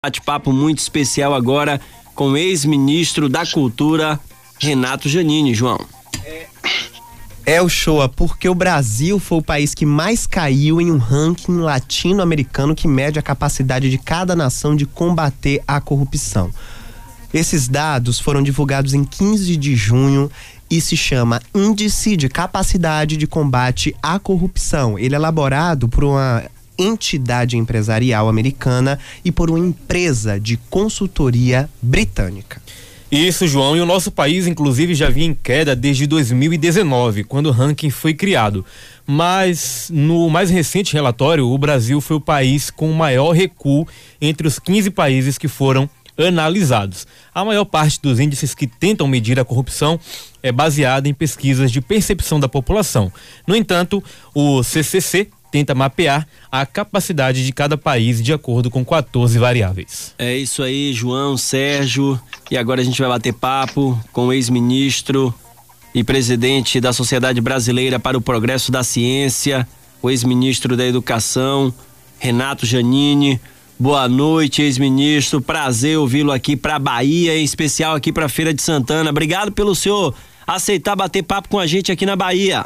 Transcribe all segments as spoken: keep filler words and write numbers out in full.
Bate-papo muito especial agora com o ex-ministro da Cultura, Renato Giannini, João. É, é o show, porque o Brasil foi o país que mais caiu em um ranking latino-americano que mede a capacidade de cada nação de combater a corrupção. Esses dados foram divulgados em quinze de junho e se chama Índice de Capacidade de Combate à Corrupção. Ele é elaborado por uma entidade empresarial americana e por uma empresa de consultoria britânica. Isso, João, e o nosso país inclusive já vinha em queda desde dois mil e dezenove, quando o ranking foi criado. Mas no mais recente relatório, o Brasil foi o país com o maior recuo entre os quinze países que foram analisados. A maior parte dos índices que tentam medir a corrupção é baseada em pesquisas de percepção da população. No entanto, o C C C tenta mapear a capacidade de cada país de acordo com quatorze variáveis. É isso aí, João, Sérgio. E agora a gente vai bater papo com o ex-ministro e presidente da Sociedade Brasileira para o Progresso da Ciência, o ex-ministro da Educação, Renato Giannini. Boa noite, ex-ministro. Prazer ouvi-lo aqui para Bahia, em especial aqui para Feira de Santana. Obrigado pelo senhor aceitar bater papo com a gente aqui na Bahia.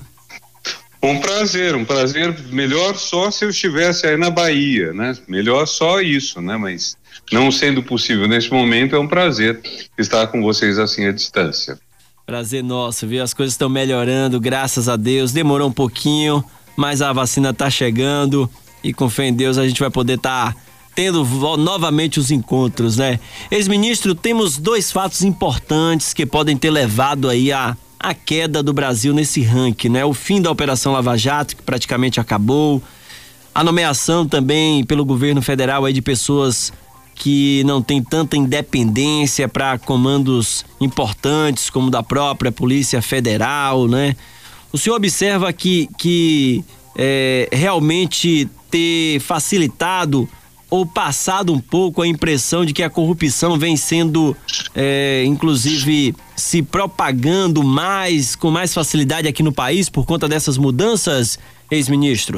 Um prazer, um prazer, melhor só se eu estivesse aí na Bahia, né? Melhor só isso, né? Mas não sendo possível nesse momento, é um prazer estar com vocês assim à distância. Prazer nosso, viu? As coisas estão melhorando, graças a Deus. Demorou um pouquinho, mas a vacina tá chegando e com fé em Deus a gente vai poder estar tá tendo novamente os encontros, né? Ex-ministro, temos dois fatos importantes que podem ter levado aí a a queda do Brasil nesse ranking, né? O fim da Operação Lava Jato, que praticamente acabou, a nomeação também pelo governo federal aí de pessoas que não têm tanta independência para comandos importantes, como da própria Polícia Federal, né? O senhor observa que, que é, realmente ter facilitado ou passado um pouco a impressão de que a corrupção vem sendo, é, inclusive, se propagando mais, com mais facilidade aqui no país por conta dessas mudanças, ex-ministro?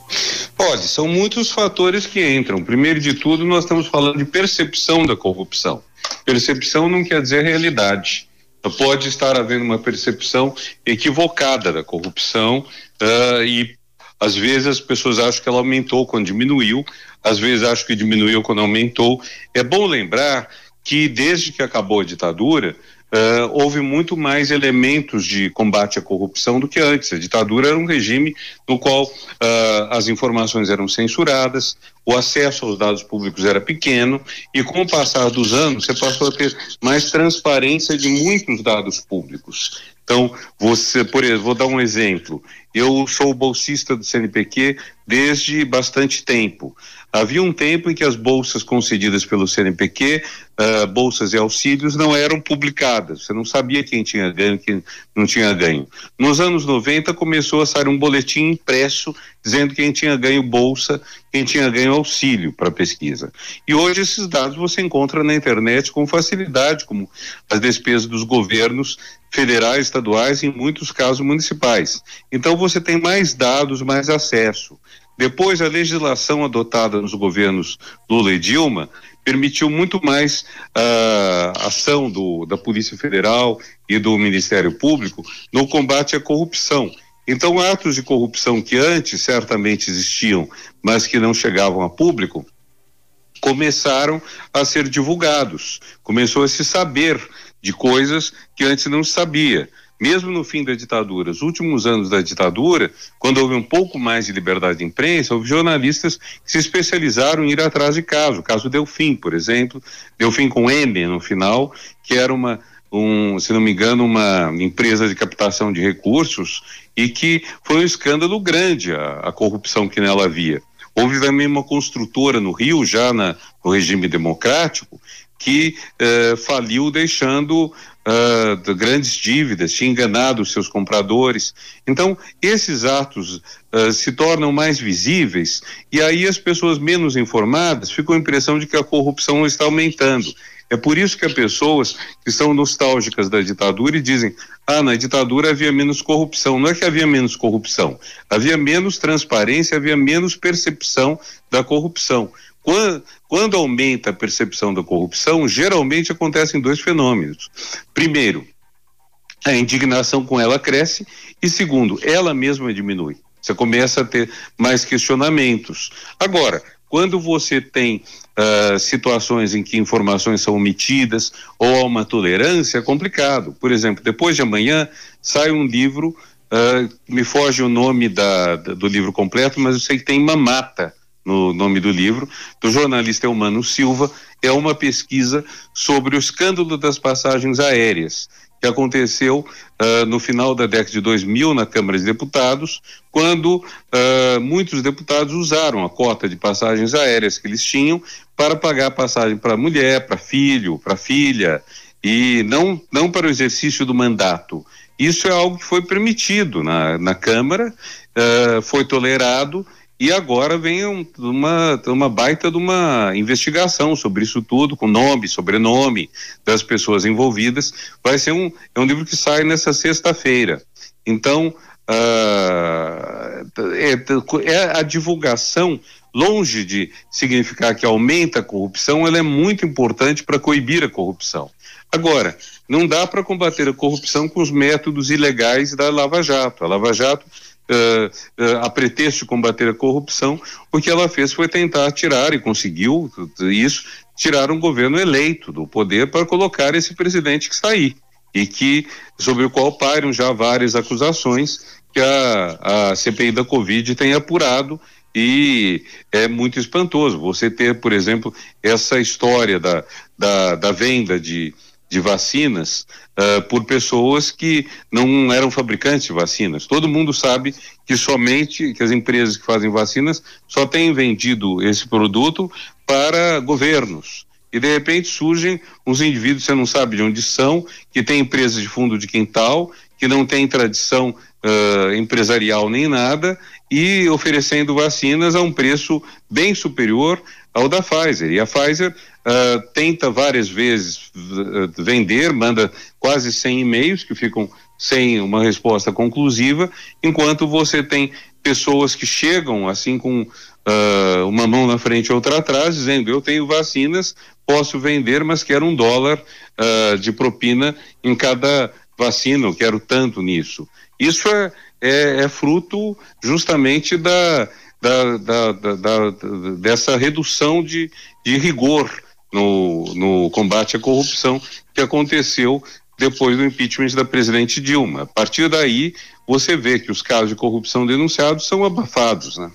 Olha, são muitos fatores que entram. Primeiro de tudo, nós estamos falando de percepção da corrupção. Percepção não quer dizer realidade. Pode estar havendo uma percepção equivocada da corrupção uh, e às vezes as pessoas acham que ela aumentou quando diminuiu, às vezes acham que diminuiu quando aumentou. É bom lembrar que desde que acabou a ditadura, uh, houve muito mais elementos de combate à corrupção do que antes. A ditadura era um regime no qual uh, as informações eram censuradas, o acesso aos dados públicos era pequeno e com o passar dos anos você passou a ter mais transparência de muitos dados públicos. Então, você, por exemplo, vou dar um exemplo. Eu sou bolsista do C N P Q desde bastante tempo. Havia um tempo em que as bolsas concedidas pelo C N P Q, uh, bolsas e auxílios, não eram publicadas. Você não sabia quem tinha ganho, quem não tinha ganho. Nos anos noventa começou a sair um boletim impresso dizendo quem tinha ganho bolsa, quem tinha ganho auxílio para pesquisa. E hoje esses dados você encontra na internet com facilidade, como as despesas dos governos federais, estaduais e em muitos casos municipais. Então você tem mais dados, mais acesso. Depois, a legislação adotada nos governos Lula e Dilma permitiu muito mais uh, ação do, da Polícia Federal e do Ministério Público no combate à corrupção. Então, atos de corrupção que antes certamente existiam, mas que não chegavam a público, começaram a ser divulgados. Começou a se saber de coisas que antes não se sabia. Mesmo no fim da ditadura, os últimos anos da ditadura, quando houve um pouco mais de liberdade de imprensa, houve jornalistas que se especializaram em ir atrás de caso. O caso Delfim, por exemplo, Delfim com M no final, que era uma, um, se não me engano, uma empresa de captação de recursos e que foi um escândalo grande a, a corrupção que nela havia. Houve também uma construtora no Rio, já na, no regime democrático, que eh, faliu deixando Uh, de grandes dívidas, tinha enganado os seus compradores. Então, esses atos uh, se tornam mais visíveis e aí as pessoas menos informadas ficam a impressão de que a corrupção está aumentando. É por isso que há pessoas que são nostálgicas da ditadura e dizem: ah, na ditadura havia menos corrupção. Não é que havia menos corrupção, havia menos transparência, havia menos percepção da corrupção. Quando, quando aumenta a percepção da corrupção, geralmente acontecem dois fenômenos. Primeiro, a indignação com ela cresce, e segundo, ela mesma diminui. Você começa a ter mais questionamentos. Agora, quando você tem uh, situações em que informações são omitidas ou há uma tolerância, é complicado. Por exemplo, depois de amanhã sai um livro, uh, me foge o nome da, da, do livro completo, mas eu sei que tem Mamata no nome do livro, do jornalista Eumano Silva. É uma pesquisa sobre o escândalo das passagens aéreas, que aconteceu uh, no final da década de dois mil na Câmara de Deputados, quando uh, muitos deputados usaram a cota de passagens aéreas que eles tinham para pagar passagem para mulher, para filho, para filha, e não, não para o exercício do mandato. Isso é algo que foi permitido na, na Câmara, uh, foi tolerado, e agora vem um, uma, uma baita de uma investigação sobre isso tudo, com nome, sobrenome das pessoas envolvidas. Vai ser um, é um livro que sai nessa sexta-feira. Então, uh, é, é a divulgação, longe de significar que aumenta a corrupção, ela é muito importante para coibir a corrupção. Agora, não dá para combater a corrupção com os métodos ilegais da Lava Jato. A Lava Jato, Uh, uh, a pretexto de combater a corrupção, o que ela fez foi tentar tirar, e conseguiu isso, tirar um governo eleito do poder para colocar esse presidente que está aí, e que, sobre o qual pairam já várias acusações que a, a C P I da Covid tem apurado, e é muito espantoso você ter, por exemplo, essa história da, da, da venda de de vacinas uh, por pessoas que não eram fabricantes de vacinas. Todo mundo sabe que somente, que as empresas que fazem vacinas só têm vendido esse produto para governos. E de repente surgem uns indivíduos, você não sabe de onde são, que têm empresas de fundo de quintal, que não têm tradição uh, empresarial nem nada, e oferecendo vacinas a um preço bem superior ao da Pfizer. E a Pfizer Uh, tenta várias vezes uh, vender, manda quase cem e-mails que ficam sem uma resposta conclusiva, enquanto você tem pessoas que chegam assim com uh, uma mão na frente e outra atrás, dizendo: eu tenho vacinas, posso vender, mas quero um dólar uh, de propina em cada vacina, eu quero tanto nisso. Isso é, é, é fruto justamente da, da, da, da, da, dessa redução de, de rigor No, no combate à corrupção que aconteceu depois do impeachment da presidente Dilma. A partir daí, você vê que os casos de corrupção denunciados são abafados, né?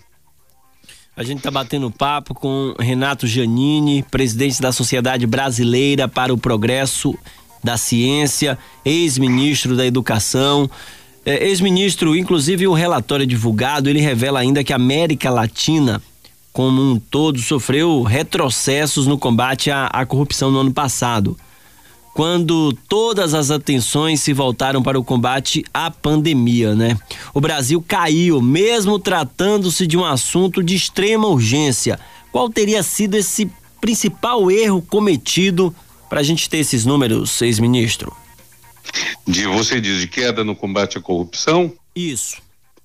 A gente está batendo papo com Renato Giannini, presidente da Sociedade Brasileira para o Progresso da Ciência, ex-ministro da Educação. É, ex-ministro, inclusive o relatório divulgado, ele revela ainda que a América Latina como um todo sofreu retrocessos no combate à, à corrupção no ano passado, quando todas as atenções se voltaram para o combate à pandemia, né? O Brasil caiu, mesmo tratando-se de um assunto de extrema urgência. Qual teria sido esse principal erro cometido para a gente ter esses números, ex-ministro? De, você diz de queda no combate à corrupção? Isso.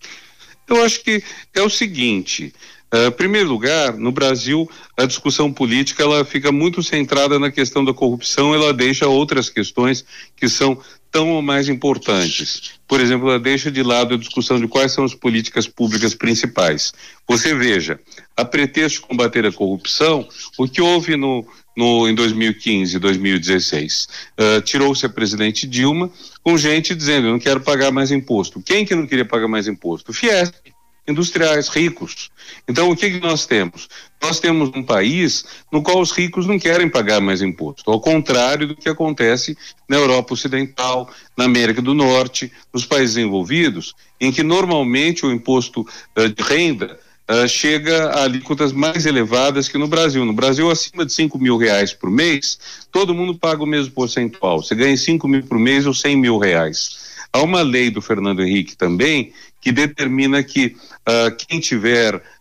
Eu acho que é o seguinte... Em uh, primeiro lugar, no Brasil, a discussão política ela fica muito centrada na questão da corrupção, ela deixa outras questões que são tão ou mais importantes. Por exemplo, ela deixa de lado a discussão de quais são as políticas públicas principais. Você veja, a pretexto de combater a corrupção, o que houve no, no, em dois mil e quinze e dois mil e dezesseis? Uh, tirou-se a presidente Dilma com gente dizendo: eu não quero pagar mais imposto. Quem que não queria pagar mais imposto? Fiesp. Industriais ricos. Então, o que que nós temos? Nós temos um país no qual os ricos não querem pagar mais imposto, ao contrário do que acontece na Europa Ocidental, na América do Norte, nos países envolvidos, em que normalmente o imposto uh, de renda uh, chega a alíquotas mais elevadas que no Brasil. No Brasil, acima de cinco mil reais por mês, todo mundo paga o mesmo percentual. Você ganha cinco mil por mês ou cem mil reais. Há uma lei do Fernando Henrique também que determina que uh, quem tiver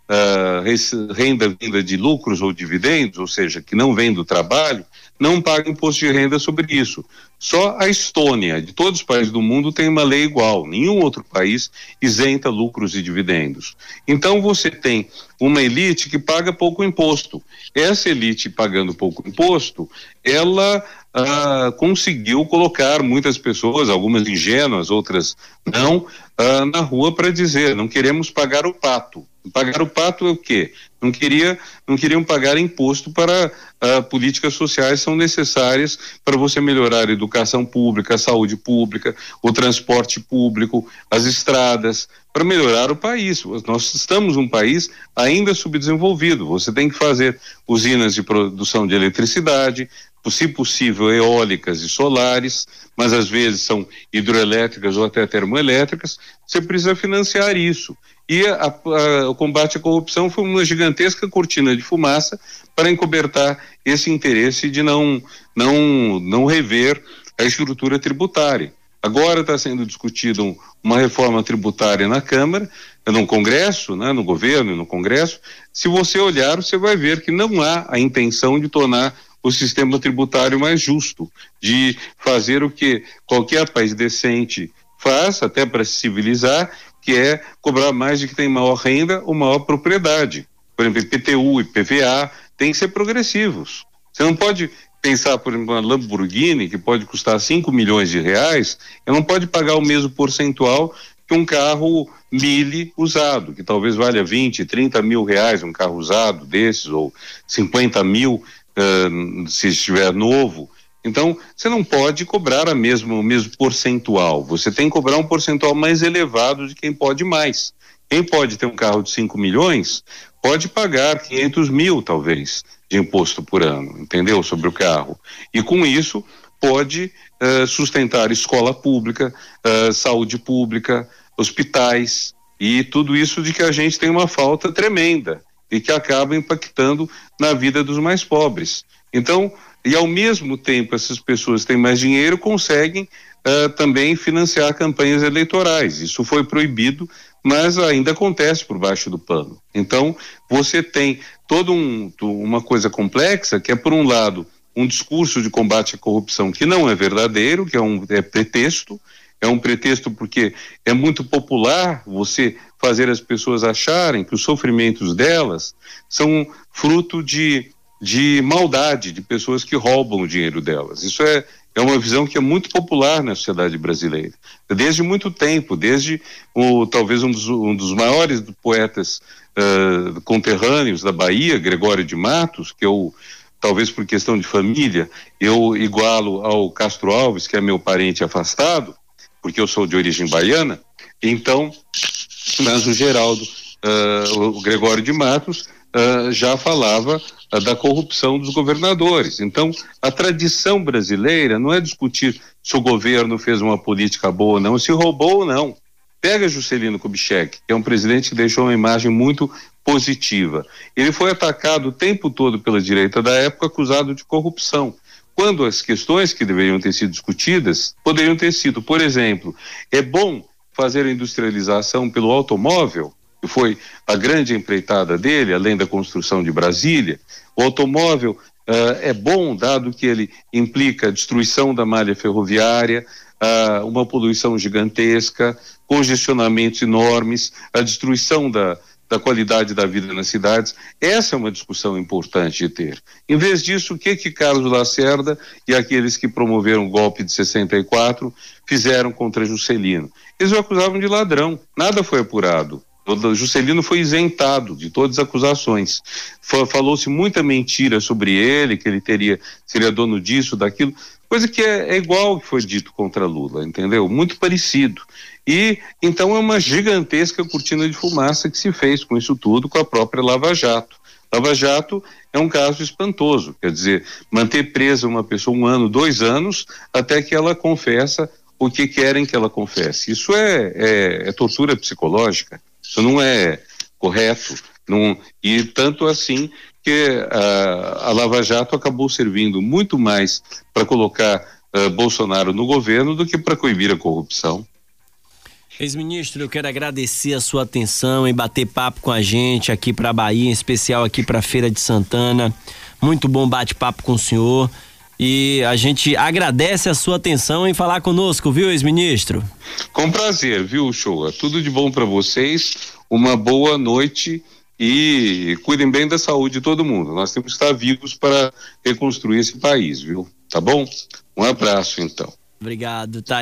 uh, renda vinda de lucros ou dividendos, ou seja, que não vem do trabalho, não paga imposto de renda sobre isso. Só a Estônia, de todos os países do mundo, tem uma lei igual. Nenhum outro país isenta lucros e dividendos. Então você tem uma elite que paga pouco imposto. Essa elite pagando pouco imposto, ela ah, conseguiu colocar muitas pessoas, algumas ingênuas, outras não, ah, na rua para dizer: não queremos pagar o pato. Pagar o pato é o quê? Não queria, não queriam pagar imposto para uh, políticas sociais são necessárias para você melhorar a educação pública, a saúde pública, o transporte público, as estradas, para melhorar o país. Nós estamos num país ainda subdesenvolvido. Você tem que fazer usinas de produção de eletricidade, se possível eólicas e solares, mas às vezes são hidroelétricas ou até termoelétricas. Você precisa financiar isso. E a, a, o combate à corrupção foi uma gigantesca cortina de fumaça para encobertar esse interesse de não, não, não rever a estrutura tributária. Agora está sendo discutida um, uma reforma tributária na Câmara, no Congresso, né, no governo e no Congresso. Se você olhar, você vai ver que não há a intenção de tornar o sistema tributário mais justo, de fazer o que qualquer país decente faz, até para se civilizar, que é cobrar mais de quem tem maior renda ou maior propriedade. Por exemplo, I P T U e I P V A têm que ser progressivos. Você não pode pensar, por exemplo, uma Lamborghini, que pode custar cinco milhões de reais, ela não pode pagar o mesmo percentual que um carro Mille usado, que talvez valha vinte, trinta mil reais um carro usado desses, ou cinquenta mil uh, se estiver novo. Então, você não pode cobrar a mesma, o mesmo percentual, você tem que cobrar um percentual mais elevado de quem pode mais. Quem pode ter um carro de cinco milhões, pode pagar quinhentos mil, talvez, de imposto por ano, entendeu? Sobre o carro. E com isso, pode uh, sustentar escola pública, uh, saúde pública, hospitais, e tudo isso de que a gente tem uma falta tremenda e que acaba impactando na vida dos mais pobres. Então, e ao mesmo tempo essas pessoas têm mais dinheiro, conseguem uh, também financiar campanhas eleitorais. Isso foi proibido, mas ainda acontece por baixo do pano. Então, você tem toda um, uma coisa complexa, que é, por um lado, um discurso de combate à corrupção que não é verdadeiro, que é um é pretexto, é um pretexto porque é muito popular você fazer as pessoas acharem que os sofrimentos delas são fruto de de maldade, de pessoas que roubam o dinheiro delas. Isso é, é uma visão que é muito popular na sociedade brasileira. Desde muito tempo, desde o, talvez um dos, um dos maiores poetas uh, conterrâneos da Bahia, Gregório de Matos, que eu, talvez por questão de família, eu igualo ao Castro Alves, que é meu parente afastado, porque eu sou de origem baiana. Então, mas o Geraldo, uh, o Gregório de Matos, Uh, já falava uh, da corrupção dos governadores. Então, a tradição brasileira não é discutir se o governo fez uma política boa ou não, se roubou ou não. Pega Juscelino Kubitschek, que é um presidente que deixou uma imagem muito positiva. Ele foi atacado o tempo todo pela direita da época, acusado de corrupção, quando as questões que deveriam ter sido discutidas poderiam ter sido, por exemplo, é bom fazer a industrialização pelo automóvel, que foi a grande empreitada dele, além da construção de Brasília. O automóvel uh, é bom, dado que ele implica a destruição da malha ferroviária, uh, uma poluição gigantesca, congestionamentos enormes, a destruição da, da qualidade da vida nas cidades. Essa é uma discussão importante de ter. Em vez disso, o que que Carlos Lacerda e aqueles que promoveram o golpe de sessenta e quatro fizeram contra Juscelino? Eles o acusavam de ladrão, nada foi apurado. O Juscelino foi isentado de todas as acusações. Falou-se muita mentira sobre ele, que ele teria, seria dono disso, daquilo, coisa que é, é igual ao que foi dito contra Lula, entendeu? Muito parecido. E então é uma gigantesca cortina de fumaça que se fez com isso tudo, com a própria Lava Jato. Lava Jato é um caso espantoso, quer dizer, manter presa uma pessoa um ano, dois anos, até que ela confessa o que querem que ela confesse. Isso é, é, é tortura psicológica. Isso não é correto, não, e tanto assim que a, a Lava Jato acabou servindo muito mais para colocar uh, Bolsonaro no governo do que para coibir a corrupção. Ex-ministro, eu quero agradecer a sua atenção em bater papo com a gente aqui para a Bahia, em especial aqui para a Feira de Santana. Muito bom bate-papo com o senhor e a gente agradece a sua atenção em falar conosco, viu, ex-ministro? Com prazer, viu, Shoa? Tudo de bom para vocês, uma boa noite e cuidem bem da saúde de todo mundo. Nós temos que estar vivos para reconstruir esse país, viu? Tá bom? Um abraço, então. Obrigado, tá?